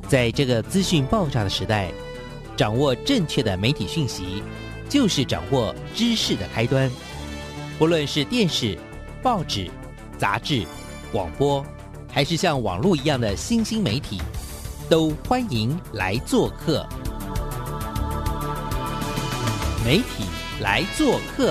在这个资讯爆炸的时代，掌握正确的媒体讯息，就是掌握知识的开端。不论是电视、报纸、杂志、广播，还是像网络一样的新兴媒体，都欢迎来做客。媒体来做客。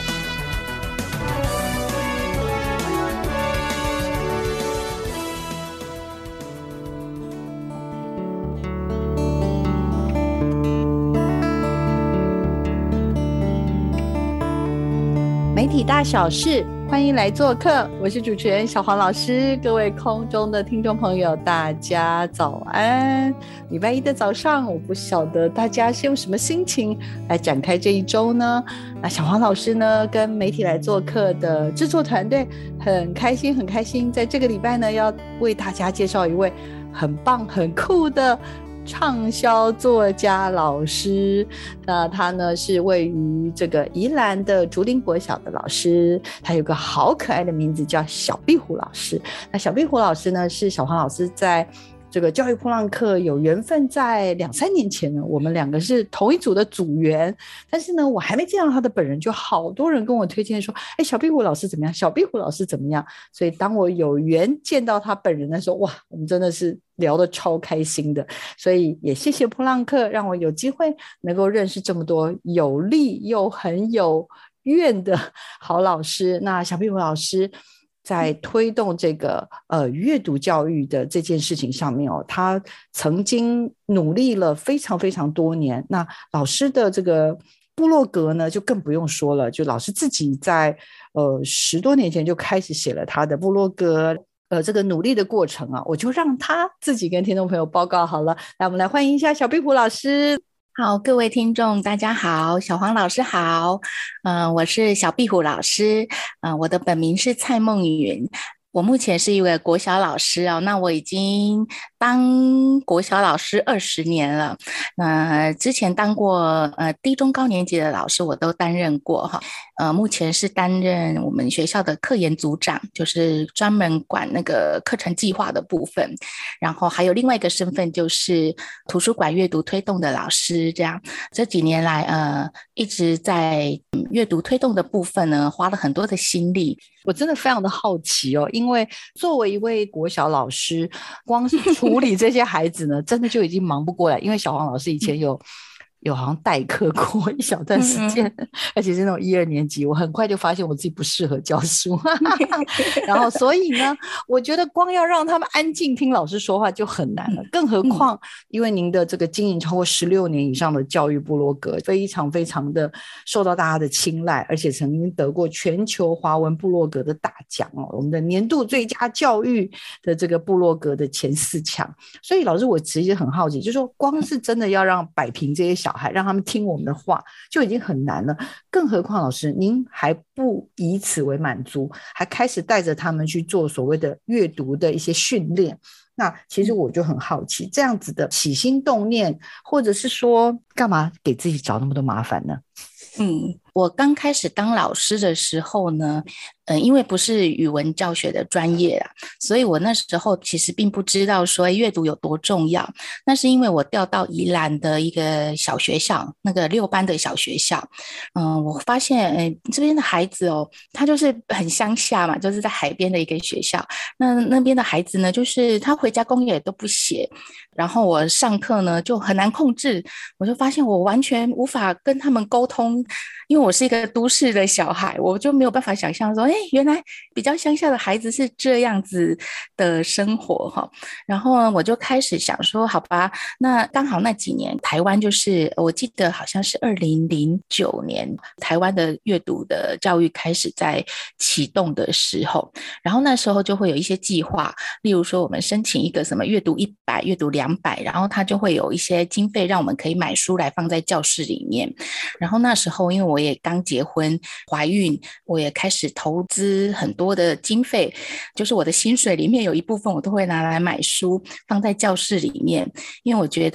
媒体大小事，欢迎来做客，我是主持人小黄老师。各位空中的听众朋友，大家早安。礼拜一的早上，我不晓得大家是用什么心情来展开这一周呢？那小黄老师呢，跟媒体来做客的制作团队很开心，在这个礼拜呢，要为大家介绍一位很棒很酷的畅销作家老师。那他呢是位于这个宜兰的竹林国小的老师，他有个好可爱的名字叫小壁虎老师。那小壁虎老师呢是小黄老师在这个教育噗浪客有缘分，在2-3年前呢，我们两个是同一组的组员，但是呢我还没见到他的本人，就好多人跟我推荐说，小壁虎老师怎么样，小壁虎老师怎么样。所以当我有缘见到他本人的时候，哇，我们真的是聊得超开心的。所以也谢谢噗浪客让我有机会能够认识这么多有力又很有愿的好老师。那小壁虎老师在推动这个阅读教育的这件事情上面他曾经努力了非常多年。那老师的这个部落格呢就更不用说了，就老师自己在10多年前就开始写了他的部落格。这个努力的过程我就让他自己跟听众朋友报告好了。来，我们来欢迎一下小壁虎老师。 好，各位听众大家好，小黄老师好。我是小壁虎老师。我的本名是蔡梦云。我目前是一位国小老师那我已经当国小老师20年了。之前当过低中高年级的老师我都担任过目前是担任我们学校的课研组长，就是专门管那个课程计划的部分。然后还有另外一个身份就是图书馆阅读推动的老师。这几年来一直在阅读推动的部分呢花了很多的心力。 我真的非常的好奇因为作为一位国小老师，光是处理这些孩子呢真的就已经忙不过来。因为小黄老师以前有好像代课过一小段时间而且是那种1-2年级，我很快就发现我自己不适合教书然后所以呢我觉得光要让他们安静听老师说话就很难了，更何况因为您的这个经营超过16年以上的教育部落格非常的受到大家的青睐，而且曾经得过全球华文部落格的大奖我们的年度最佳教育的这个部落格的前4强。所以老师我其实很好奇，就是说光是真的要让摆平这些小孩，让他们听我们的话就已经很难了，更何况老师您还不以此为满足，还开始带着他们去做所谓的阅读的一些训练。那其实我就很好奇，这样子的起心动念，或者是说干嘛给自己找那么多麻烦呢？ 我刚开始当老师的时候呢，因为不是语文教学的专业所以我那时候其实并不知道说阅读有多重要。那是因为我调到宜兰的一个小学校，那个6班的小学校。我发现这边的孩子他就是很乡下嘛，就是在海边的一个学校。那边的孩子呢，就是他回家功课也都不写，然后我上课呢就很难控制。我就发现我完全无法跟他们沟通，因为我是一个都市的小孩，我就没有办法想象说原来比较乡下的孩子是这样子的生活然后呢我就开始想说好吧，那刚好那几年台湾就是我记得好像是2009年台湾的阅读的教育开始在启动的时候，然后那时候就会有一些计划，例如说我们申请一个什么阅读100阅读200，然后它就会有一些经费让我们可以买书来放在教室里面。然后那时候因为我也刚结婚怀孕，我也开始投资很多的经费，就是我的薪水里面有一部分我都会拿来买书放在教室里面。因为我觉得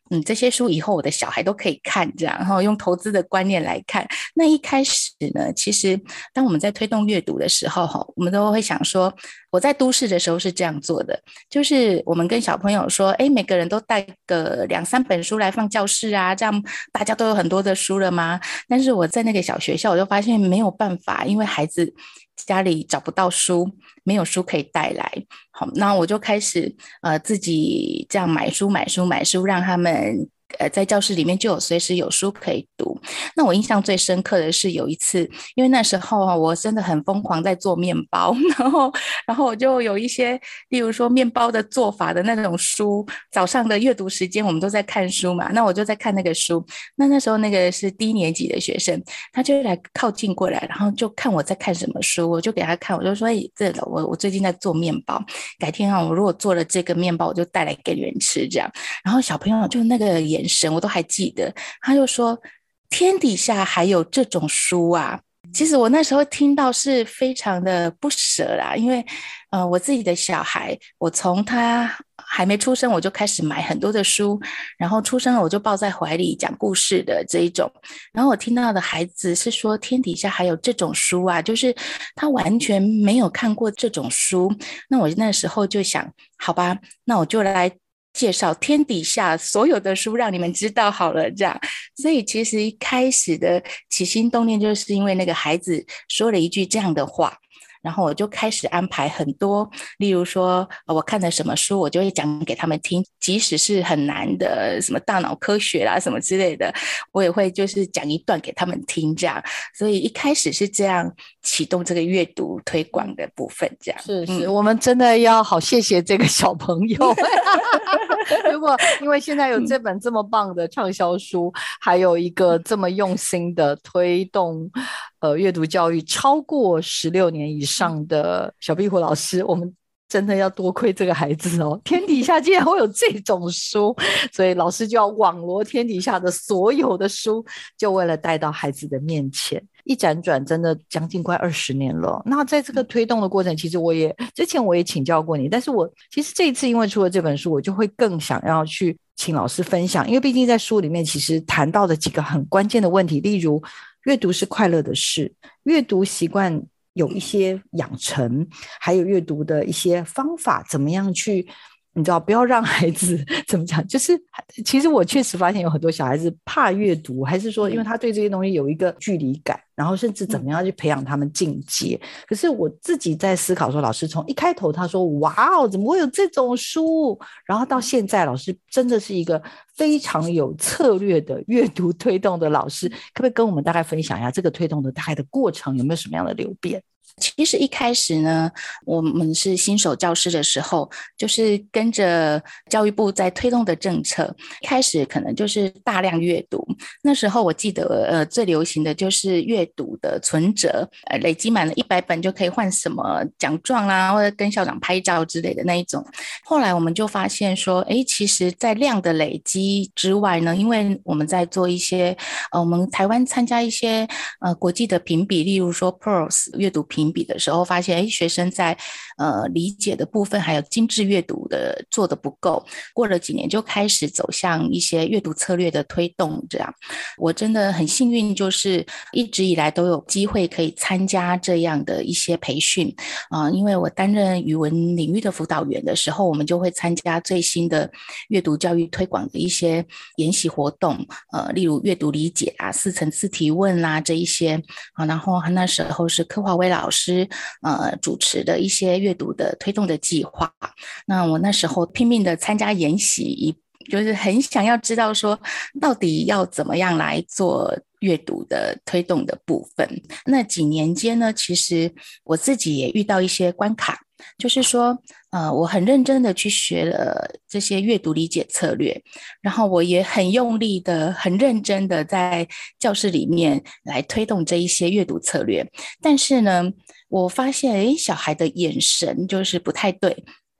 这些书以后我的小孩都可以看，这样，然后用投资的观念来看。那一开始呢，其实当我们在推动阅读的时候，我们都会想说，我在都市的时候是这样做的，就是我们跟小朋友说，每个人都带个2-3本书来放教室啊，这样大家都有很多的书了吗？但是我在那个小学校，我就发现没有办法，因为孩子家里找不到书，没有书可以带来。好，那我就开始自己这样买书，让他们在教室里面就随时有书可以读。那我印象最深刻的是有一次，因为那时候我真的很疯狂在做面包，然后我就有一些例如说面包的做法的那种书，早上的阅读时间我们都在看书嘛，那我就在看那个书。那时候那个是低年级的学生，他就来靠近过来，然后就看我在看什么书，我就给他看，我就说我最近在做面包，改天我如果做了这个面包我就带来给你们吃这样。然后小朋友就那个眼神我都还记得，他就说天底下还有这种书啊。其实我那时候听到是非常的不舍啦，因为我自己的小孩，我从他还没出生我就开始买很多的书，然后出生了我就抱在怀里讲故事的这一种。然后我听到的孩子是说天底下还有这种书啊，就是他完全没有看过这种书。那我那时候就想，好吧，那我就来介绍天底下所有的书让你们知道好了这样。所以其实一开始的起心动念就是因为那个孩子说了一句这样的话，然后我就开始安排很多，例如说我看的什么书我就会讲给他们听，即使是很难的什么大脑科学啦什么之类的，我也会就是讲一段给他们听这样。所以一开始是这样启动这个阅读推广的部分这样。 是我们真的要好谢谢这个小朋友如果因为现在有这本这么棒的畅销书，还有一个这么用心的推动阅读教育超过16年以上的小壁虎老师，我们真的要多亏这个孩子哦！天底下竟然会有这种书，所以老师就要网罗天底下的所有的书，就为了带到孩子的面前。一辗转真的将近快20年了。那在这个推动的过程，其实之前我也请教过你，但是我其实这一次因为出了这本书，我就会更想要去请老师分享，因为毕竟在书里面其实谈到的几个很关键的问题，例如阅读是快乐的事，阅读习惯有一些养成，还有阅读的一些方法，怎么样去你知道不要让孩子怎么讲，就是其实我确实发现有很多小孩子怕阅读，还是说因为他对这些东西有一个距离感，然后甚至怎么样去培养他们进阶。可是我自己在思考说，老师从一开头他说哇哦怎么会有这种书，然后到现在老师真的是一个非常有策略的阅读推动的老师，可不可以跟我们大概分享一下这个推动的大概的过程有没有什么样的流变？ 其实一开始呢，我们是新手教师的时候，就是跟着教育部在推动的政策，一开始可能就是大量阅读。那时候我记得最流行的就是阅读的存折，累积满了100本就可以换什么奖状啦，或者跟校长拍照之类的那一种。后来我们就发现说，其实在量的累积之外呢，因为我们在做一些我们台湾参加一些国际的评比，例如说 PIRLS 阅读评比的时候，发现学生在理解的部分还有精致阅读的做得不够，过了几年就开始走向一些阅读策略的推动这样。我真的很幸运，就是一直以来都有机会可以参加这样的一些培训因为我担任语文领域的辅导员的时候，我们就会参加最新的阅读教育推广的一些研习活动例如阅读理解啊、4层次提问啦这一些然后那时候是柯华威老师主持的一些阅读的推动的计划。那我那时候拼命的参加研习，就是很想要知道说到底要怎么样来做阅读的推动的部分。那几年间呢，其实我自己也遇到一些关卡，就是说我很认真的去学了这些阅读理解策略，然后我也很用力的很认真的在教室里面来推动这一些阅读策略。但是呢，我发现小孩的眼神就是不太对，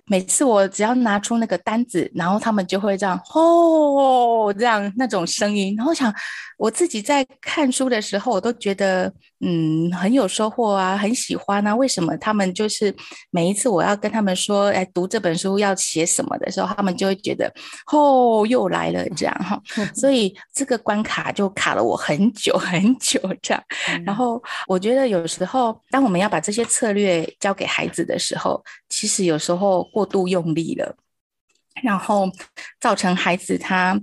每次我只要拿出那个单子，然后他们就会这样哦，这样那种声音，然后想我自己在看书的时候，我都觉得很有收获啊，很喜欢啊。为什么他们就是每一次我要跟他们说，哎，读这本书要写什么的时候，他们就会觉得又来了这样哈。所以这个关卡就卡了我很久很久这样。然后我觉得有时候当我们要把这些策略交给孩子的时候，其实有时候过度用力了，然后造成孩子他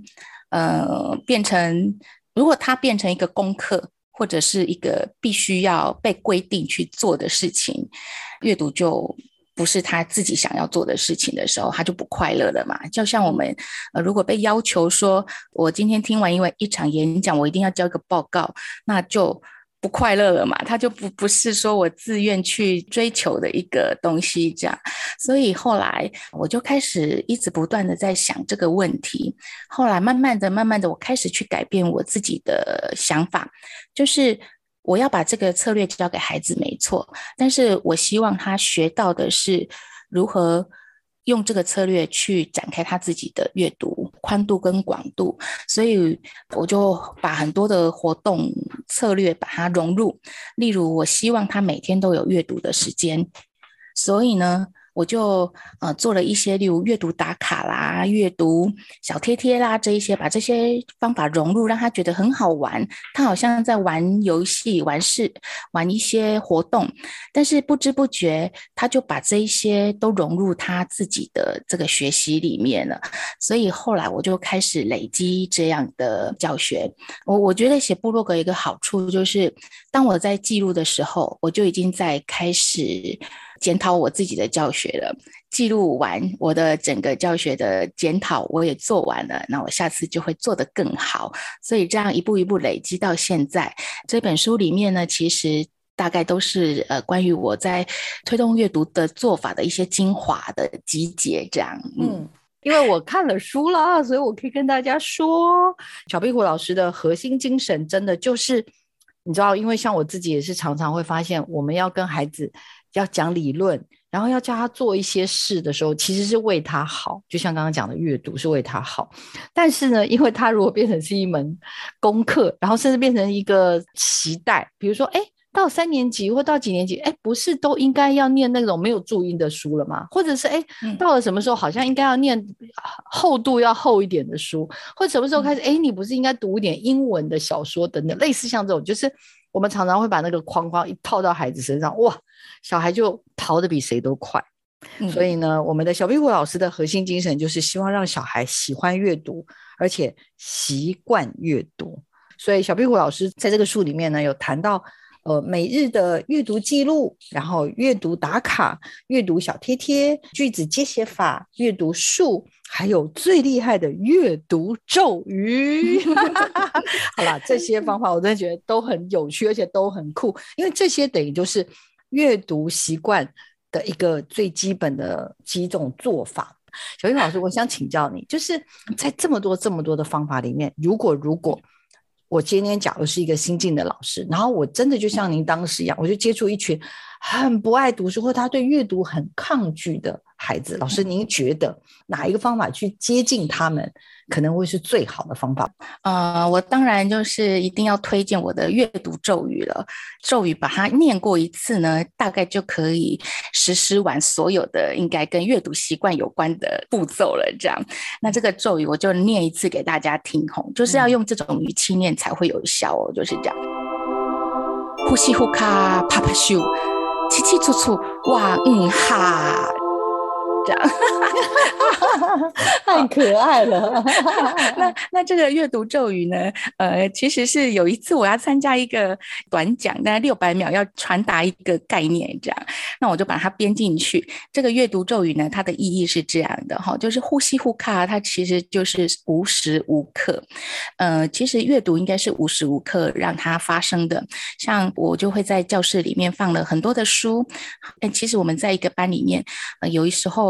如果他变成一个功课，或者是一个必须要被规定去做的事情，阅读就不是他自己想要做的事情的时候，他就不快乐了嘛。就像我们如果被要求说我今天听完一场演讲，我一定要交一个报告，那就不快乐了嘛，它就不是说我自愿去追求的一个东西这样。所以后来我就开始一直不断的在想这个问题，后来慢慢的我开始去改变我自己的想法，就是我要把这个策略交给孩子没错，但是我希望他学到的是如何用这个策略去展开他自己的阅读宽度跟广度，所以我就把很多的活动策略把它融入，例如我希望他每天都有阅读的时间，所以呢我就做了一些例如阅读打卡啦、阅读小贴贴啦这一些，把这些方法融入，让他觉得很好玩，他好像在玩游戏、玩一些活动，但是不知不觉他就把这一些都融入他自己的这个学习里面了。所以后来我就开始累积这样的教学。我觉得写部落格有一个好处，就是当我在记录的时候，我就已经在开始检讨我自己的教学了，记录完我的整个教学的检讨我也做完了，那我下次就会做得更好。所以这样一步一步累积到现在，这本书里面呢，其实大概都是关于我在推动阅读的做法的一些精华的集结这样。 因为我看了书啦，所以我可以跟大家说，小壁虎老师的核心精神真的就是你知道，因为像我自己也是常常会发现，我们要跟孩子要讲理论，然后要叫他做一些事的时候，其实是为他好，就像刚刚讲的阅读是为他好，但是呢，因为他如果变成是一门功课，然后甚至变成一个期待，比如说到3年级或到几年级，不是都应该要念那种没有注音的书了吗？或者是到了什么时候好像应该要念厚度要厚一点的书，或者什么时候开始你不是应该读一点英文的小说等等，类似像这种，就是我们常常会把那个框框一套到孩子身上，哇，小孩就逃得比谁都快。所以呢，我们的小壁虎老师的核心精神就是希望让小孩喜欢阅读，而且习惯阅读。所以小壁虎老师在这个书里面呢，有谈到每日的阅读记录，然后阅读打卡、阅读小贴贴、句子接写法、阅读术，还有最厉害的阅读咒语。好啦，这些方法我真的觉得都很有趣，而且都很酷，因为这些等于就是阅读习惯的一个最基本的几种做法。小云老师，我想请教你，就是在这么多的方法里面，如果我今天假如是一个新进的老师，然后我真的就像您当时一样，我就接触一群很不爱读书或他对阅读很抗拒的孩子，老师您觉得哪一个方法去接近他们可能会是最好的方法？ 我当然就是一定要推荐我的阅读咒语了。咒语把它念过一次呢，大概就可以实施完所有的应该跟阅读习惯有关的步骤了这样。那这个咒语我就念一次给大家听吼，就是要用这种语气念才会有效哦，就是这样。呼吸呼卡啪啪咻，七七楚楚哇哈，这样太可爱了。 那这个阅读咒语呢，其实是有一次我要参加一个短讲，大概600秒，要传达一个概念这样，那我就把它编进去。这个阅读咒语呢，它的意义是这样的哈，就是呼吸呼卡，它其实就是无时无刻。其实阅读应该是无时无刻让它发生的。像我就会在教室里面放了很多的书，但其实我们在一个班里面，有时候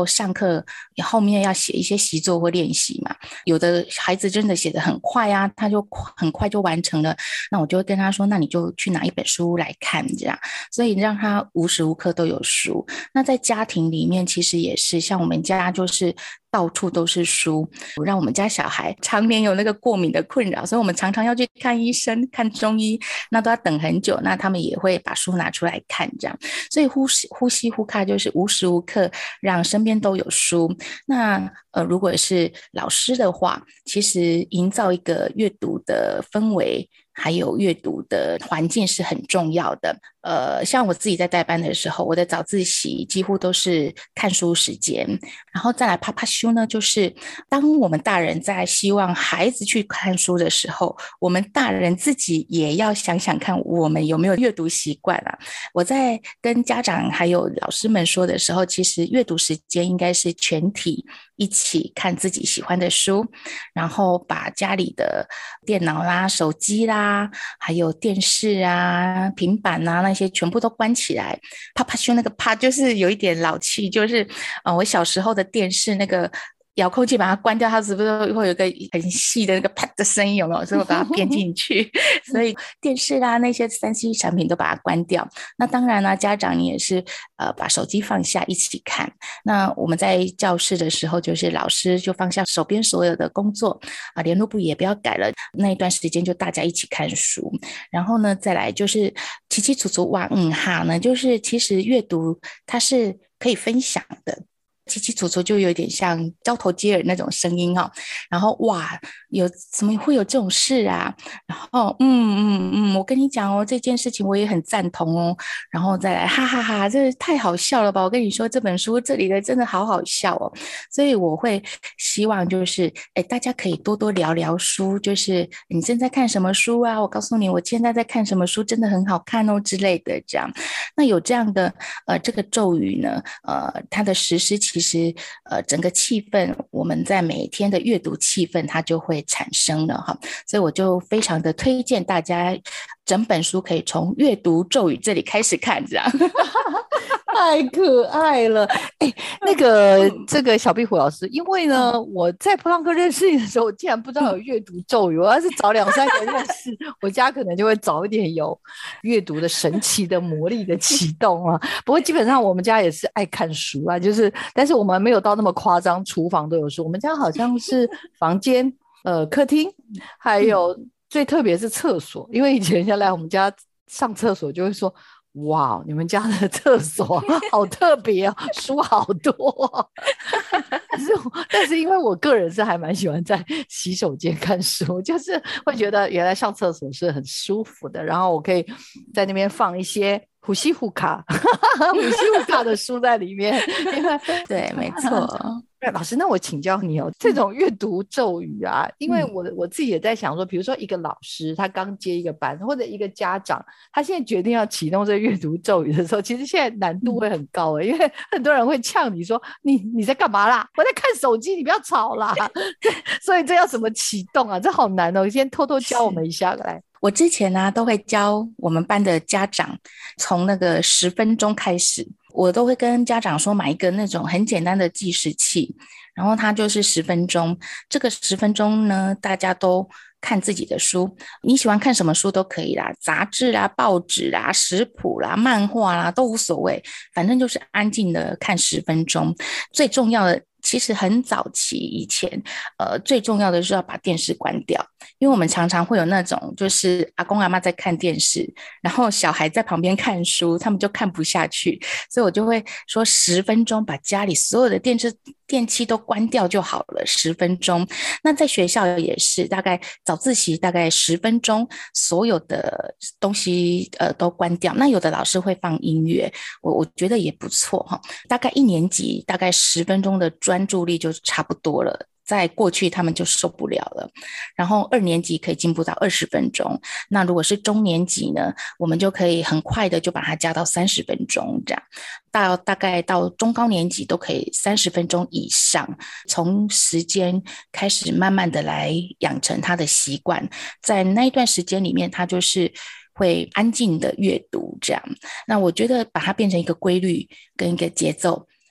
上课后面要写一些习作或练习嘛，有的孩子真的写得很快啊，他就很快就完成了，那我就会跟他说，那你就去拿一本书来看这样，所以让他无时无刻都有书。那在家庭里面其实也是，像我们家就是到处都是书，让我们家小孩常年有那个过敏的困扰，所以我们常常要去看医生看中医，那都要等很久，那他们也会把书拿出来看这样，所以呼吸呼卡就是无时无刻让身边都有书。那如果是老师的话，其实营造一个阅读的氛围还有阅读的环境是很重要的。像我自己在带班的时候，我的早自习几乎都是看书时间，然后再来啪啪咻呢，就是当我们大人在希望孩子去看书的时候，我们大人自己也要想想看我们有没有阅读习惯啊。我在跟家长还有老师们说的时候，其实阅读时间应该是全体一起看自己喜欢的书，然后把家里的电脑啦、手机啦，还有电视啊、平板啊那些全部都关起来。啪啪咻那个啪就是有一点老气，就是我小时候的电视那个遥控器把它关掉，它是不是会有一个很细的那个啪的声音，有没有？所以我把它编进去。所以电视啦那些3C 产品都把它关掉。那当然啦，家长你也是把手机放下一起看。那我们在教室的时候，就是老师就放下手边所有的工作联络簿也不要改了，那一段时间就大家一起看书。然后呢，再来就是起起楚楚哇哈呢，就是其实阅读它是可以分享的。起起楚楚就有点像交头接耳那种声音然后哇，怎么会有这种事啊？然后我跟你讲这件事情我也很赞同然后再来哈哈哈，这太好笑了吧！我跟你说这本书这里的真的好好笑所以我会希望就是大家可以多多聊聊书，就是你正在看什么书啊？我告诉你我现在在看什么书，真的很好看之类的这样。那有这样的这个咒语呢，它的实施其实整个气氛，我们在每天的阅读气氛它就会产生了所以我就非常的推荐大家整本书可以从阅读咒语这里开始看这样。 太可爱了。这个小壁虎老师，因为呢我在普朗克认识你的时候，我竟然不知道有阅读咒语。我要是早2-3个认识，我家可能就会早一点有阅读的神奇的魔力的启动不过基本上我们家也是爱看书但是我们没有到那么夸张，厨房都有书。我们家好像是房间客厅还有最特别是厕所，因为以前人家来我们家上厕所就会说，哇，你们家的厕所好特别书好多但是因为我个人是还蛮喜欢在洗手间看书，就是会觉得原来上厕所是很舒服的，然后我可以在那边放一些呼吸呼卡呼吸呼卡的书在里面对，没错。 老师，那我请教你这种阅读咒语因为我自己也在想说，比如说一个老师他刚接一个班，或者一个家长他现在决定要启动这个阅读咒语的时候，其实现在难度会很高因为很多人会呛你说你在干嘛啦？我在看手机，你不要吵啦所以这要怎么启动这好难你先偷偷教我们一下来。 我之前都会教我们班的家长从那个10分钟开始，我都会跟家长说买一个那种很简单的计时器，然后它就是10分钟，这个10分钟呢大家都看自己的书，你喜欢看什么书都可以啦，杂志啦、报纸啦、食谱啦、漫画啦都无所谓，反正就是安静的看10分钟。最重要的其实很早期以前最重要的是要把电视关掉，因为我们常常会有那种就是阿公阿嬷在看电视，然后小孩在旁边看书，他们就看不下去，所以我就会说10分钟把家里所有的电器都关掉就好了，10分钟。那在学校也是大概早自习大概10分钟，所有的东西都关掉。那有的老师会放音乐，我觉得也不错大概1年级大概10分钟的专注力就差不多了，在过去他们就受不了了。然后2年级可以进步到20分钟，那如果是中年级呢，我们就可以很快的就把它加到30分钟这样，大概到中高年级都可以30分钟以上，从时间开始慢慢的来养成他的习惯，在那一段时间里面他就是会安静的阅读这样。那我觉得把它变成一个规律跟一个节奏，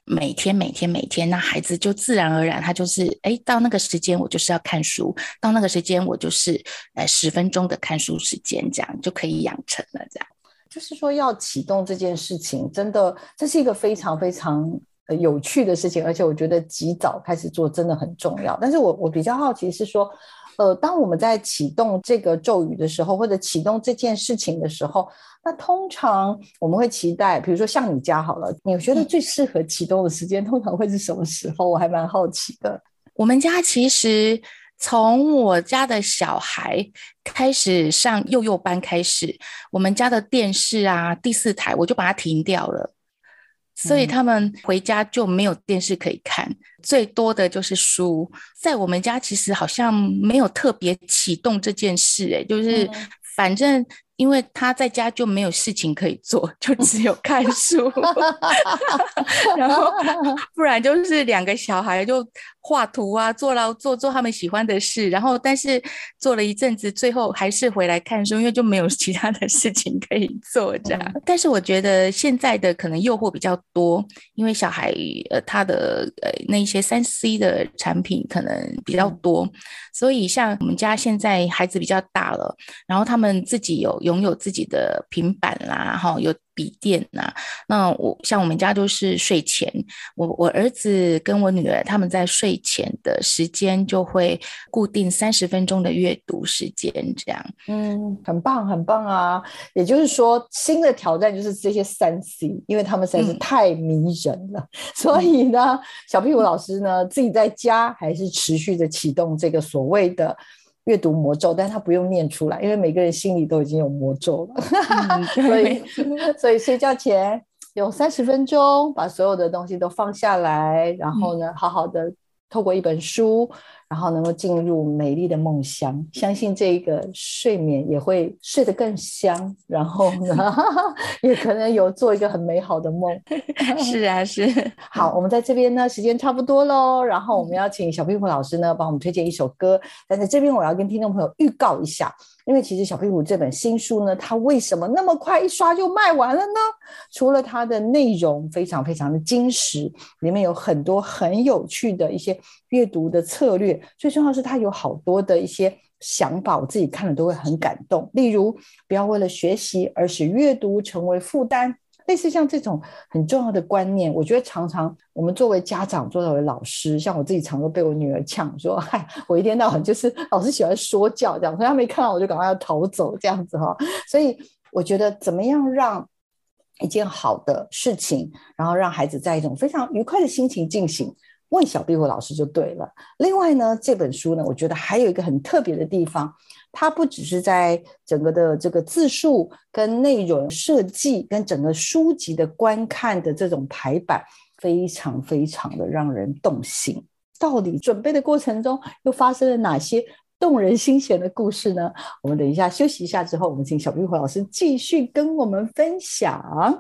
每天，那孩子就自然而然，他就是到那个时间我就是要看书，到那个时间我就是10分钟的看书时间，这样就可以养成了。这样就是说要启动这件事情，真的这是一个非常非常有趣的事情，而且我觉得及早开始做真的很重要。但是我比较好奇是说当我们在启动这个咒语的时候，或者启动这件事情的时候，那通常我们会期待，比如说像你家好了，你觉得最适合启动的时间通常会是什么时候？我还蛮好奇的。 我们家其实从我家的小孩开始上幼幼班开始，我们家的电视啊第4台我就把它停掉了，所以他们回家就没有电视可以看，最多的就是书。在我们家其实好像没有特别启动这件事，就是反正因为他在家就没有事情可以做，就只有看书然后不然就是2个小孩就画图啊，做他们喜欢的事，然后但是做了一阵子最后还是回来看书，因为就没有其他的事情可以做这样。但是我觉得现在的可能诱惑比较多，因为小孩他的那些 3C 的产品可能比较多，所以像我们家现在孩子比较大了，然后他们自己拥有自己的平板啦，有笔电啦。那像我们家就是睡前，我儿子跟我女儿他们在睡前的时间就会固定30分钟的阅读时间这样。 很棒很棒啊。也就是说新的挑战就是这些 3C， 因为他们实在是太迷人了，所以呢小壁虎老师呢自己在家还是持续的启动这个所谓的阅读魔咒，但他不用念出来，因为每个人心里都已经有魔咒了所以睡觉前用30分钟把所有的东西都放下来，然后呢好好的透过一本书，然后能够进入美丽的梦乡，相信这个睡眠也会睡得更香，然后呢也可能有做一个很美好的梦是啊是。 好，我们在这边呢时间差不多咯，然后我们要请小壁虎老师呢帮我们推荐一首歌，但在这边我要跟听众朋友预告一下，因为其实小壁虎这本新书呢，它为什么那么快一刷就卖完了呢？除了它的内容非常非常的精实，里面有很多很有趣的一些阅读的策略，最重要是它有好多的一些想法，我自己看了都会很感动。例如不要为了学习而使阅读成为负担，类似像这种很重要的观念，我觉得常常我们作为家长作为老师，像我自己常都被我女儿呛说，嗨，我一天到晚就是老师喜欢说教这样，所以她没看到我就赶快要逃走这样子哈。所以我觉得怎么样让一件好的事情，然后让孩子在一种非常愉快的心情进行，问小壁虎老师就对了。另外呢这本书呢我觉得还有一个很特别的地方，它不只是在整个的这个字数跟内容设计跟整个书籍的观看的这种排版非常非常的让人动心。到底准备的过程中又发生了哪些动人心弦的故事呢？我们等一下休息一下之后，我们请小壁虎老师继续跟我们分享。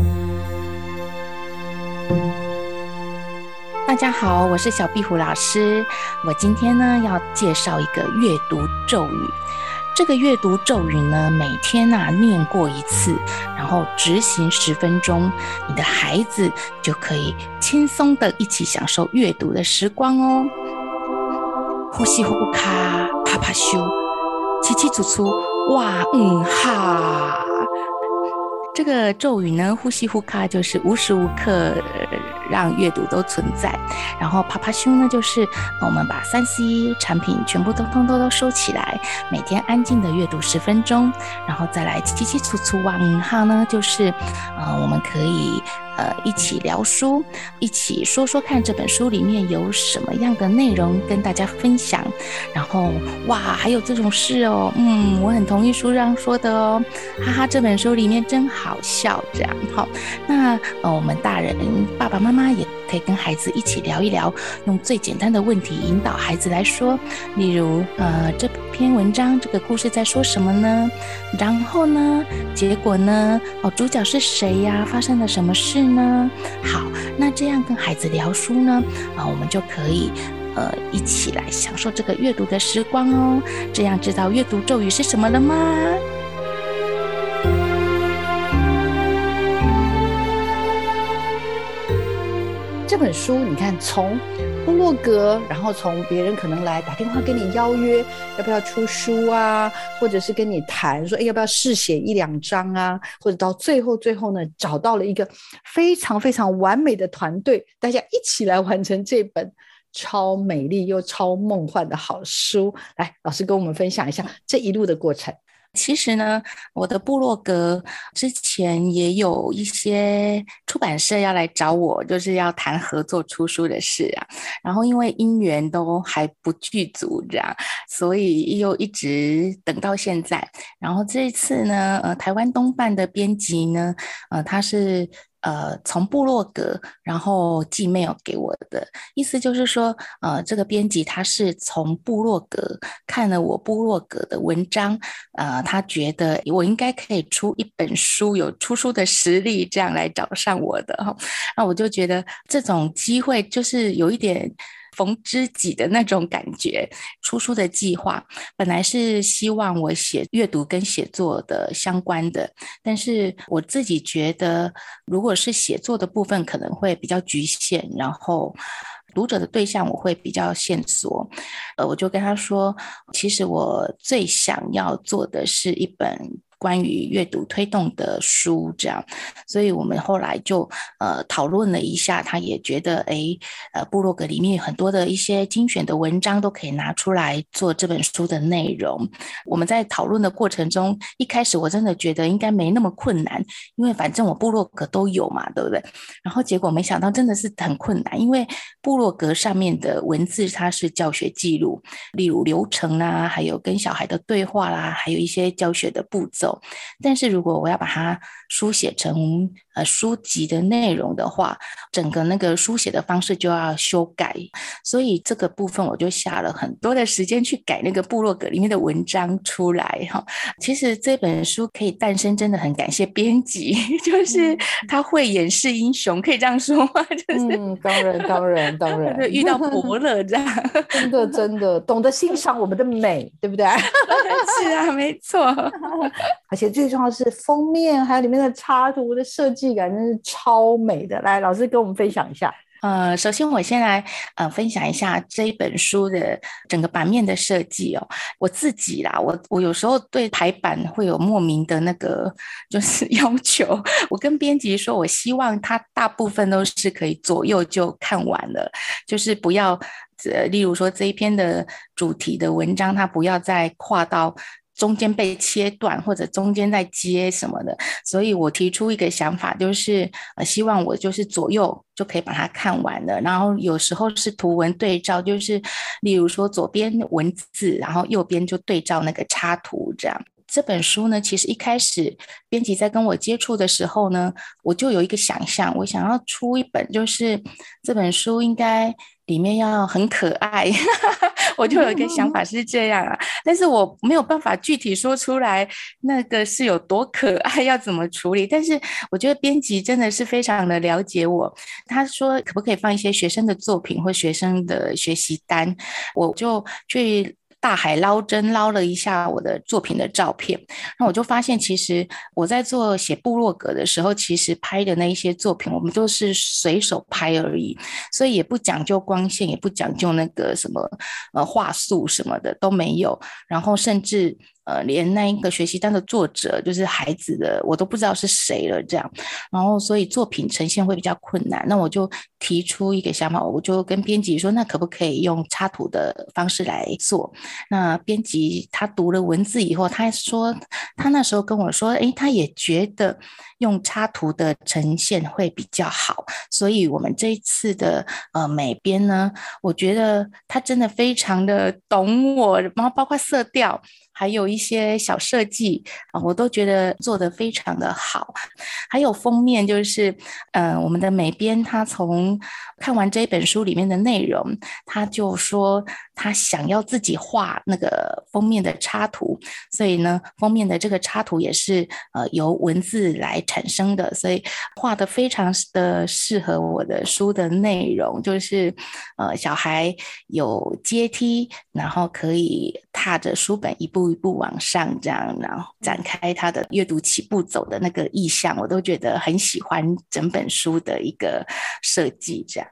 大家好，我是小壁虎老师。我今天呢要介绍一个阅读咒语。这个阅读咒语呢，每天念过一次，然后执行10分钟，你的孩子就可以轻松的一起享受阅读的时光哦。呼吸呼卡，啪啪咻，起起楚楚，哇哈。这个咒语呢，呼吸呼卡就是无时无刻让阅读都存在，然后啪啪咻呢就是我们把3C 产品全部通通都收起来，每天安静的阅读10分钟，然后再来起起楚楚哇哈呢就是我们可以一起聊书，一起说说看这本书里面有什么样的内容跟大家分享，然后哇还有这种事哦，我很同意书上说的哦，哈哈这本书里面真好笑这样。好，那我们大人爸爸妈妈也可以跟孩子一起聊一聊，用最简单的问题引导孩子来说，例如这篇文章这个故事在说什么呢？然后呢结果呢主角是谁呀？发生了什么事呢？好，那这样跟孩子聊书呢我们就可以一起来享受这个阅读的时光哦。这样知道阅读咒语是什么了吗？ 这本书你看从部落格，然后从别人可能来打电话跟你邀约要不要出书啊，或者是跟你谈说要不要试写1-2章啊，或者到最后呢找到了一个非常非常完美的团队，大家一起来完成这本超美丽又超梦幻的好书。来，老师跟我们分享一下这一路的过程。 其实呢，我的部落格之前也有一些出版社要来找我，就是要谈合作出书的事啊。然后因为因缘都还不具足这样，所以又一直等到现在。然后这一次呢，台湾东办的编辑呢，他是从部落格然后寄 mail 给我的，意思就是说这个编辑他是从部落格看了我部落格的文章，他觉得我应该可以出一本书，有出书的实力，这样来找上我的。那我就觉得这种机会就是有一点逢知己的那种感觉。出书的计划本来是希望我写阅读跟写作的相关的，但是我自己觉得如果是写作的部分可能会比较局限，然后读者的对象我会比较限缩。我就跟他说，其实我最想要做的是一本关于阅读推动的书这样。所以我们后来就讨论了一下，他也觉得部落格里面有很多的一些精选的文章都可以拿出来做这本书的内容。我们在讨论的过程中，一开始我真的觉得应该没那么困难，因为反正我部落格都有嘛，对不对？然后结果没想到真的是很困难，因为部落格上面的文字它是教学记录，例如流程啦，还有跟小孩的对话啦，还有一些教学的步骤。但是如果我要把它书写成书籍的内容的话，整个那个书写的方式就要修改，所以这个部分我就下了很多的时间去改那个部落格里面的文章出来。其实这本书可以诞生真的很感谢编辑，就是他会演示英雄，可以这样说吗？就是当然就遇到伯乐这样。 真的懂得欣赏我们的美，对不对？ 是啊，没错。 而且最重要是封面还有里面的插图的设计感真是超美的。来，老师跟我们分享一下。 首先我先来分享一下这一本书的整个版面的设计哦。我自己啦，我有时候对排版会有莫名的那个就是要求。我跟编辑说，我希望它大部分都是可以左右就看完了，就是不要例如说这一篇的主题的文章，它不要再跨到中间被切断或者中间在接什么的。所以我提出一个想法，就是希望我就是左右就可以把它看完了，然后有时候是图文对照，就是例如说左边文字，然后右边就对照那个插图这样。这本书呢，其实一开始编辑在跟我接触的时候呢，我就有一个想象，我想要出一本，就是这本书应该里面要很可爱。我就有一个想法是这样啊，但是我没有办法具体说出来那个是有多可爱，要怎么处理。但是我觉得编辑真的是非常的了解我，他说可不可以放一些学生的作品或学生的学习单，我就去大海捞针捞了一下我的作品的照片，那我就发现其实我在做写部落格的时候，其实拍的那一些作品我们都是随手拍而已，所以也不讲究光线，也不讲究那个什么画素什么的都没有，然后甚至连那一个学习单的作者就是孩子的我都不知道是谁了这样，然后所以作品呈现会比较困难。那我就提出一个想法，我就跟编辑说，那可不可以用插图的方式来做。那编辑他读了文字以后，他说他那时候跟我说他也觉得用插图的呈现会比较好，所以我们这一次的美编呢，我觉得他真的非常的懂我，然后包括色调还有一些小设计我都觉得做得非常的好。还有封面，就是我们的美编他从看完这本书里面的内容，他就说他想要自己画那个封面的插图，所以呢封面的这个插图也是由文字来产生的，所以画得非常的适合我的书的内容，就是小孩有阶梯，然后可以踏着书本一步一步往上这样，然后展开他的阅读起步走的那个意象，我都觉得很喜欢整本书的一个设计这样。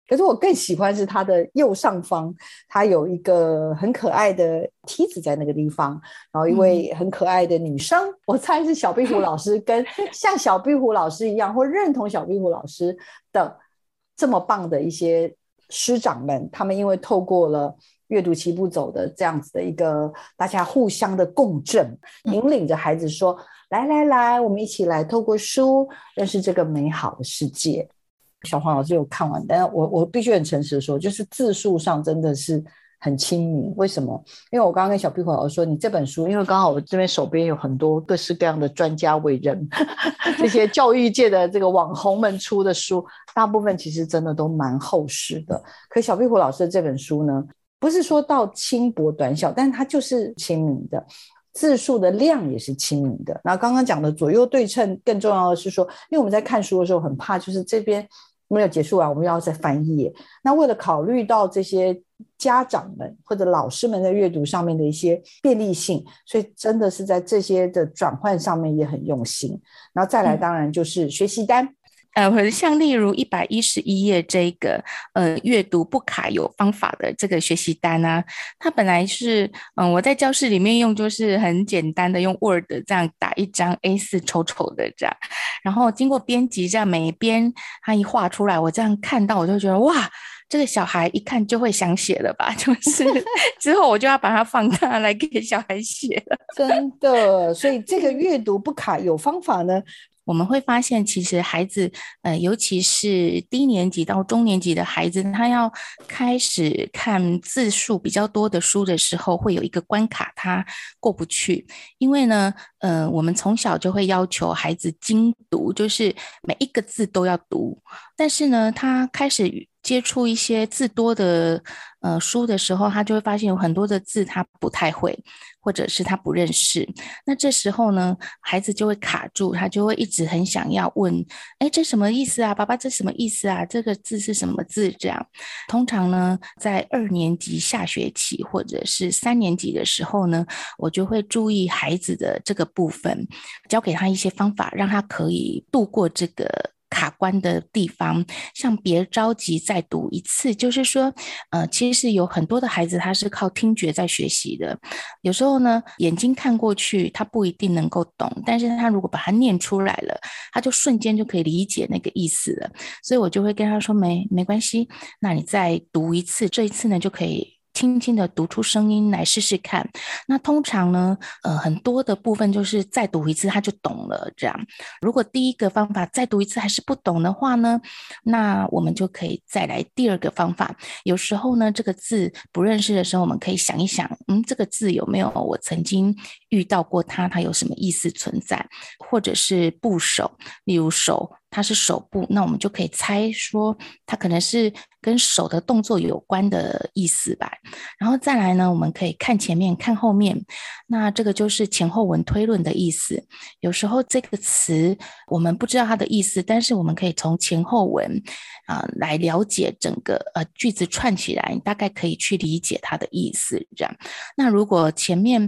可是我更喜欢是它的右上方，它有一个很可爱的梯子在那个地方，然后一位很可爱的女生，我猜是小壁虎老师，跟像小壁虎老师一样或认同小壁虎老师的这么棒的一些师长们，他们因为透过了阅读齐步走的这样子的一个大家互相的共振，引领着孩子说，来来来，我们一起来透过书认识这个美好的世界。小黄老师有看完，但是我必须很诚实的说，就是字数上真的是很亲民。为什么？因为我刚刚跟小壁虎老师说，你这本书，因为刚好我这边手边有很多各式各样的专家伟人，这些教育界的这个网红们出的书，大部分其实真的都蛮厚实的。可小壁虎老师的这本书呢，不是说到轻薄短小，但是它就是亲民的。字数的量也是亲民的。那刚刚讲的左右对称，更重要的是说，因为我们在看书的时候很怕，就是这边没有结束啊，我们要再翻页。那为了考虑到这些家长们或者老师们在阅读上面的一些便利性，所以真的是在这些的转换上面也很用心。然后再来当然就是学习单。 像例如111页这个阅读不卡有方法的这个学习单啊，它本来是我在教室里面用，就是很简单的用 Word 这样打一张 A4 丑丑的这样，然后经过编辑这样每一边它一画出来，我这样看到我就觉得哇，这个小孩一看就会想写了吧，就是之后我就要把它放大来给小孩写了。 真的，所以这个阅读不卡有方法呢， 我们会发现其实孩子尤其是低年级到中年级的孩子，他要开始看字数比较多的书的时候，会有一个关卡他过不去。因为呢我们从小就会要求孩子精读，就是每一个字都要读，但是呢他开始接触一些字多的书的时候，他就会发现有很多的字他不太会，或者是他不认识。那这时候呢，孩子就会卡住，他就会一直很想要问，哎，这什么意思啊？爸爸，这什么意思啊？这个字是什么字？这样，通常呢，在2年级下学期或者是3年级的时候呢，我就会注意孩子的这个部分，教给他一些方法，让他可以度过这个卡关的地方。像别着急再读一次，就是说其实有很多的孩子他是靠听觉在学习的，有时候呢眼睛看过去他不一定能够懂，但是他如果把它念出来了，他就瞬间就可以理解那个意思了。所以我就会跟他说没关系，那你再读一次，这一次呢就可以轻轻的读出声音来试试看。那通常呢很多的部分就是再读一次他就懂了这样。如果第一个方法再读一次还是不懂的话呢，那我们就可以再来第二个方法。有时候呢这个字不认识的时候，我们可以想一想这个字有没有我曾经遇到过它有什么意思存在，或者是部首，例如手它是手部，那我们就可以猜说它可能是跟手的动作有关的意思吧。然后再来呢，我们可以看前面看后面，那这个就是前后文推论的意思。有时候这个词我们不知道它的意思，但是我们可以从前后文来了解整个句子串起来，大概可以去理解它的意思这样。那如果前面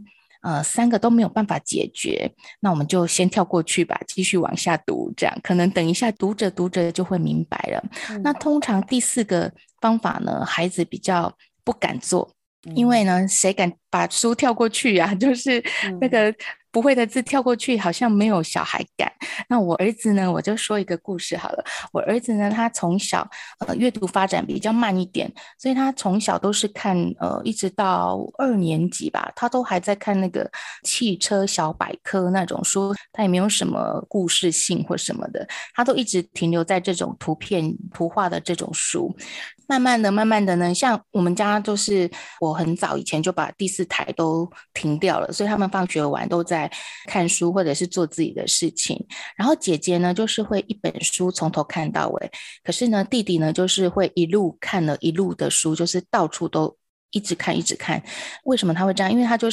3个都没有办法解决，那我们就先跳过去吧，继续往下读，这样可能等一下读着读着就会明白了。那通常第4个方法呢，孩子比较不敢做，因为呢谁敢把书跳过去啊，就是那个不会的字跳过去，好像没有小孩敢。那我儿子呢，我就说一个故事好了。我儿子呢，他从小阅读发展比较慢一点，所以他从小都是看一直到2年级吧，他都还在看那个汽车小百科那种书，他也没有什么故事性或什么的，他都一直停留在这种图片图画的这种书。慢慢的呢，像我们家就是我很早以前就把第4台都停掉了，所以他们放学完都在看书或者是做自己的事情。然后姐姐呢就是会一本书从头看到尾，可是呢弟弟呢就是会一路看了一路的书，就是到处都一直看。为什么他会这样？因为他就是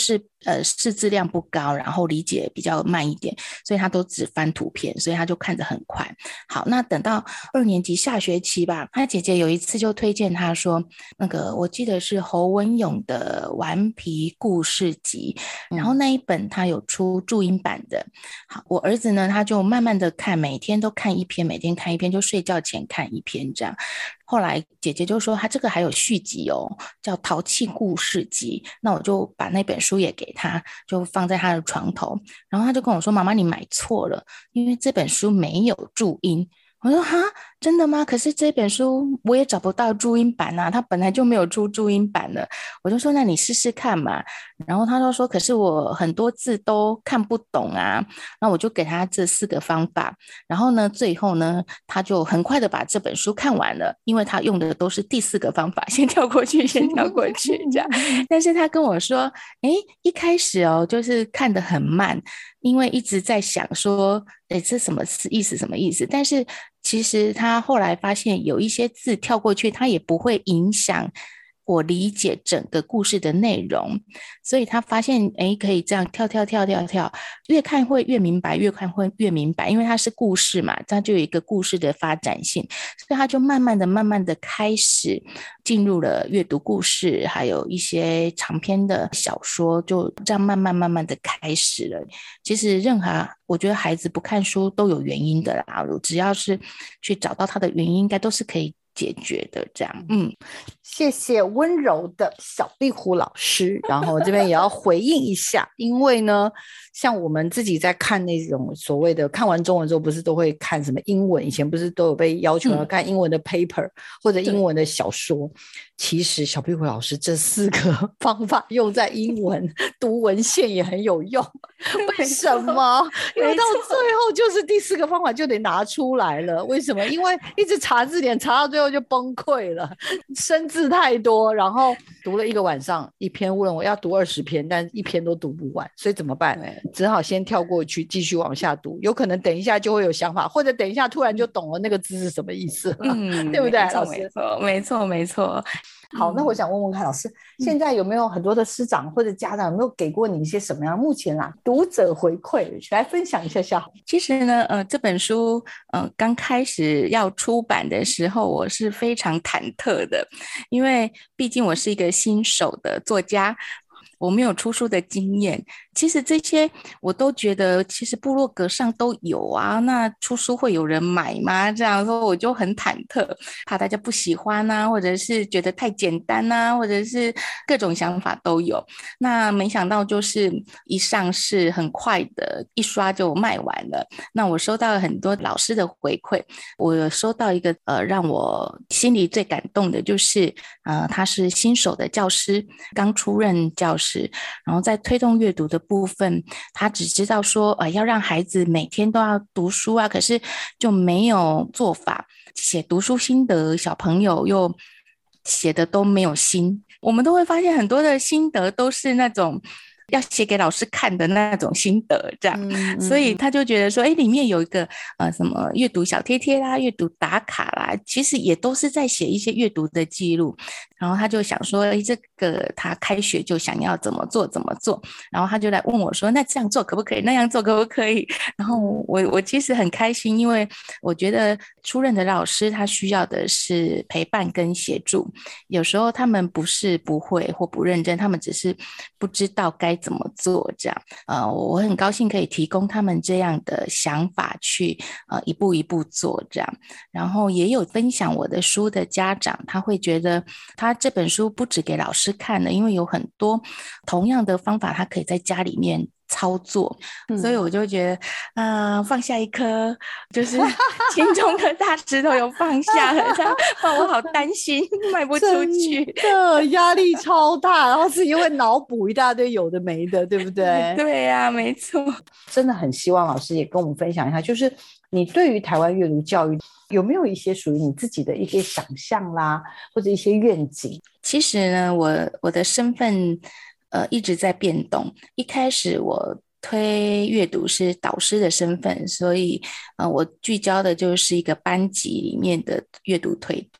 识字量不高，然后理解比较慢一点，所以他都只翻图片，所以他就看得很快。好，那等到2年级下学期吧，他姐姐有一次就推荐他说，那个我记得是侯文勇的顽皮故事集，然后那一本他有出注音版的。好，我儿子呢他就慢慢的看，每天都看一篇，每天看一篇，就睡觉前看一篇这样。后来姐姐就说他这个还有续集哦，叫淘气故事集，那我就把那本书也给他，就放在他的床头，然后他就跟我说，妈妈你买错了，因为这本书没有注音。我说哈，真的吗？可是这本书我也找不到注音版啊，它本来就没有出注音版的。我就说那你试试看嘛。然后他就说可是我很多字都看不懂啊。那我就给他这4个方法，然后呢最后呢他就很快的把这本书看完了，因为他用的都是第4个方法，先跳过去先跳过去这样。但是他跟我说一开始哦就是看得很慢，因为一直在想说这什么意思什么意思，但是其实他后来发现有一些字跳过去他也不会影响我理解整个故事的内容，所以他发现可以这样跳，越看会越明白，越看会越明白，因为它是故事嘛，它就有一个故事的发展性，所以他就慢慢的开始进入了阅读故事，还有一些长篇的小说，就这样慢慢的开始了。其实我觉得孩子不看书都有原因的啦，只要是去找到他的原因，应该都是可以解决的这样。 谢谢温柔的小壁虎老师，然后这边也要回应一下，因为呢像我们自己在看那种所谓的看完中文之后不是都会看什么英文，以前不是都有被要求要看英文的 paper 或者英文的小说，其实小壁虎老师这4个方法用在英文读文献也很有用。为什么？因为到最后就是第4个方法就得拿出来了。为什么？因为一直查字典查到最后就崩溃了，生字太多，然后读了1个晚上，一篇问我要读20篇，但1篇都读不完，所以怎么办？只好先跳过去继续往下读，有可能等一下就会有想法，或者等一下突然就懂了那个字是什么意思了。对不对？老师没错。 好，那我想问问看老师，现在有没有很多的师长或者家长有没有给过你一些什么样目前读者回馈来分享一下？ 其实呢这本书刚开始要出版的时候我是非常忐忑的，因为毕竟我是一个新手的作家，我没有出书的经验，其实这些我都觉得其实部落格上都有啊，那出书会有人买吗？这样说我就很忐忑，怕大家不喜欢啊，或者是觉得太简单啊，或者是各种想法都有。那没想到就是一上市很快的一刷就卖完了，那我收到了很多老师的回馈，我有收到一个让我心里最感动的就是他是新手的教师，刚出任教师，然后在推动阅读的部分他只知道说要让孩子每天都要读书啊，可是就没有做法，写读书心得小朋友又写的都没有心，我们都会发现很多的心得都是那种要写给老师看的那种心得这样，所以他就觉得说里面有一个什么阅读小贴贴啦，阅读打卡啦，其实也都是在写一些阅读的记录，然后他就想说这个他开学就想要怎么做，然后他就来问我说那这样做可不可以，那样做可不可以，然后我其实很开心，因为我觉得出任的老师他需要的是陪伴跟协助，有时候他们不是不会或不认真，他们只是不知道该怎么做这样，我很高兴可以提供他们这样的想法去一步一步做这样，然后也有分享我的书的家长，他会觉得他这本书不只给老师看的，因为有很多同样的方法他可以在家里面操作，所以我就觉得放下一颗就是心中的大石头有放下了，这样不然我好担心卖不出去， 真的压力超大，然后自己会脑补一大堆有的没的，对不对？ 对啊，没错。 真的很希望老师也跟我们分享一下，就是你对于台湾阅读教育有没有一些属于你自己的一些想象啦，或者一些愿景？ 其实呢我的身份一直在变动，一开始我推阅读是导师的身份，所以我聚焦的就是一个班级里面的阅读推动，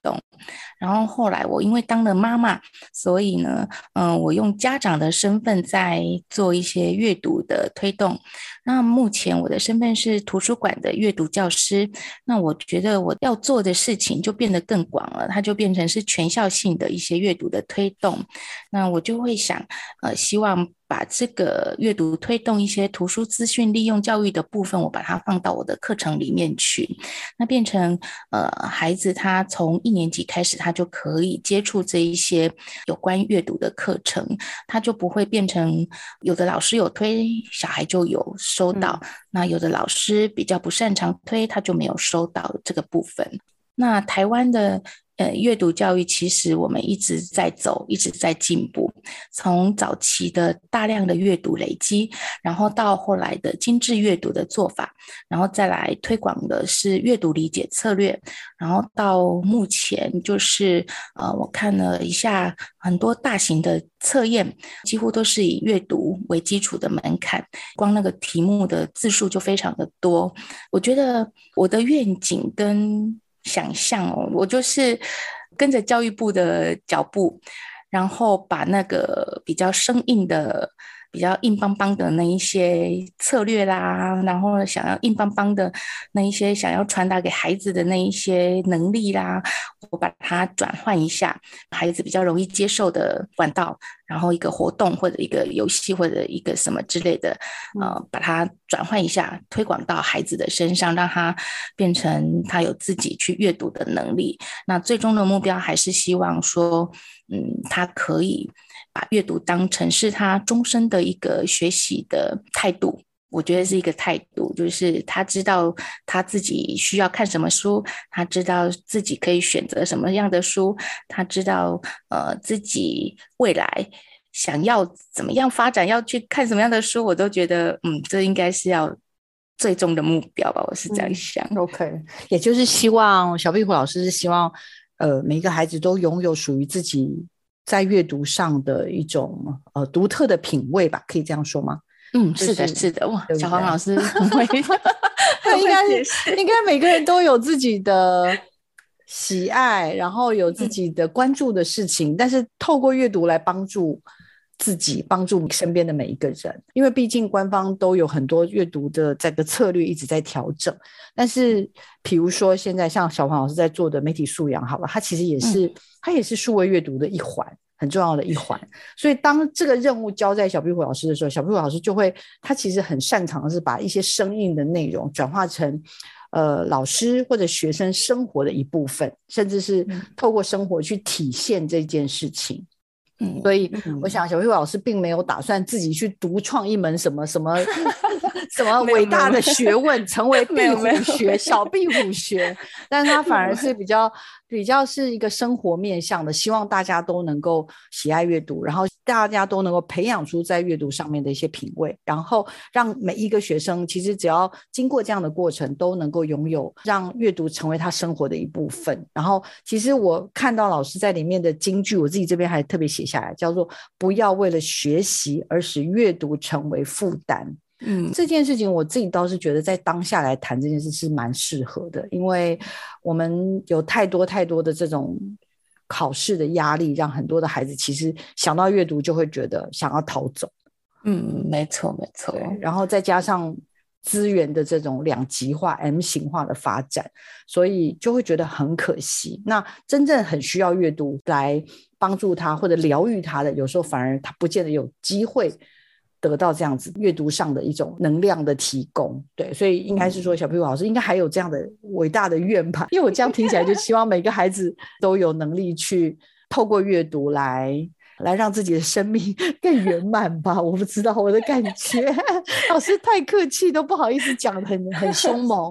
然后后来我因为当了妈妈，所以呢，我用家长的身份在做一些阅读的推动。那目前我的身份是图书馆的阅读教师，那我觉得我要做的事情就变得更广了，它就变成是全校性的一些阅读的推动。那我就会想，希望把这个阅读推动一些图书资讯利用教育的部分，我把它放到我的课程里面去，那变成孩子他从1年级开始，他就可以接触这一些有关阅读的课程，他就不会变成有的老师有推，小孩就有收到，那有的老师比较不擅长推，他就没有收到这个部分。那台湾的阅读教育其实我们一直在走，一直在进步，从早期的大量的阅读累积，然后到后来的精致阅读的做法，然后再来推广的是阅读理解策略，然后到目前就是我看了一下很多大型的测验，几乎都是以阅读为基础的门槛，光那个题目的字数就非常的多。我觉得我的愿景跟想象我就是跟着教育部的脚步，然后把那个比较生硬的比较硬邦邦的那一些策略啦，然后想要硬邦邦的那一些想要传达给孩子的那一些能力啦，我把它转换一下，孩子比较容易接受的管道，然后一个活动或者一个游戏或者一个什么之类的，把它转换一下，推广到孩子的身上，让他变成他有自己去阅读的能力。那最终的目标还是希望说，他可以把阅读当成是他终身的一个学习的态度。我觉得是一个态度，就是他知道他自己需要看什么书，他知道自己可以选择什么样的书，他知道自己未来想要怎么样发展，要去看什么样的书，我都觉得这应该是要最终的目标吧，我是这样想。 OK， 也就是希望小壁虎老师是希望每一个孩子都拥有属于自己在阅读上的一种独特的品味吧，可以这样说吗？ 是的，是的，哇，小黄老师很会应该每个人都有自己的喜爱，然后有自己的关注的事情，但是透过阅读来帮助自己，帮助身边的每一个人。因为毕竟官方都有很多阅读的这个策略一直在调整，但是比如说现在像小黄老师在做的媒体素养好了，它其实它也是数位阅读的一环，很重要的一环。所以当这个任务交在小壁虎老师的时候，小壁虎老师就会，他其实很擅长的是把一些生硬的内容转化成老师或者学生生活的一部分，甚至是透过生活去体现这件事情。所以我想小壁虎老师并没有打算自己去独创一门什么什么什么伟大的学问，成为壁虎学小壁虎学，但是他反而是比较是一个生活面向的，希望大家都能够喜爱阅读，然后大家都能够培养出在阅读上面的一些品味，然后让每一个学生其实只要经过这样的过程都能够拥有让阅读成为他生活的一部分。然后其实我看到老师在里面的金句，我自己这边还特别写下来，叫做不要为了学习而使阅读成为负担。这件事情我自己倒是觉得在当下来谈这件事是蛮适合的，因为我们有太多太多的这种考试的压力，让很多的孩子其实想到阅读就会觉得想要逃走。 没错没错。 然后再加上资源的这种两极化 M 型化的发展，所以就会觉得很可惜。那真正很需要阅读来帮助他或者疗愈他的，有时候反而他不见得有机会得到这样子阅读上的一种能量的提供。对，所以应该是说小壁虎老师应该还有这样的伟大的愿吧，因为我这样听起来就希望每个孩子都有能力去透过阅读来让自己的生命更圆满吧。我不知道我的感觉老师太客气都不好意思讲得很凶猛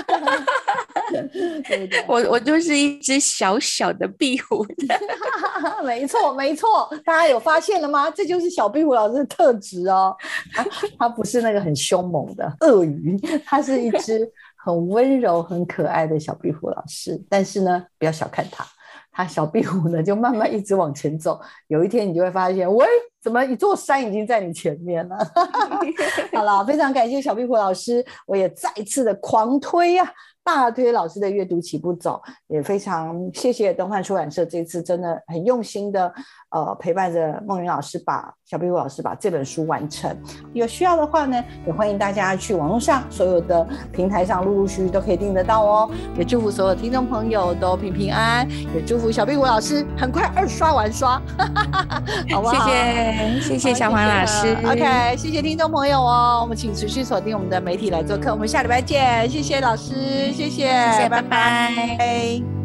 对对， 我就是一只小小的壁虎没错没错，大家有发现了吗？这就是小壁虎老师的特质哦。他不是那个很凶猛的鳄鱼，他是一只很温柔很可爱的小壁虎老师。但是呢不要小看他小壁虎呢就慢慢一直往前走，有一天你就会发现，喂，怎么一座山已经在你前面了好了，非常感谢小壁虎老师，我也再次的狂推啊大推老师的阅读起步走，也非常谢谢东汉出版社这次真的很用心的陪伴着孟云老师小壁虎老师把这本书完成。有需要的话呢，也欢迎大家去网络上所有的平台上陆陆续续都可以订得到哦。也祝福所有听众朋友都平平安安，也祝福小壁虎老师很快2刷完刷好不好？ 谢谢小黄老师。 OK， 谢谢听众朋友哦，我们请持续锁定我们的媒体来做客，我们下礼拜见，谢谢老师，谢谢， 拜拜。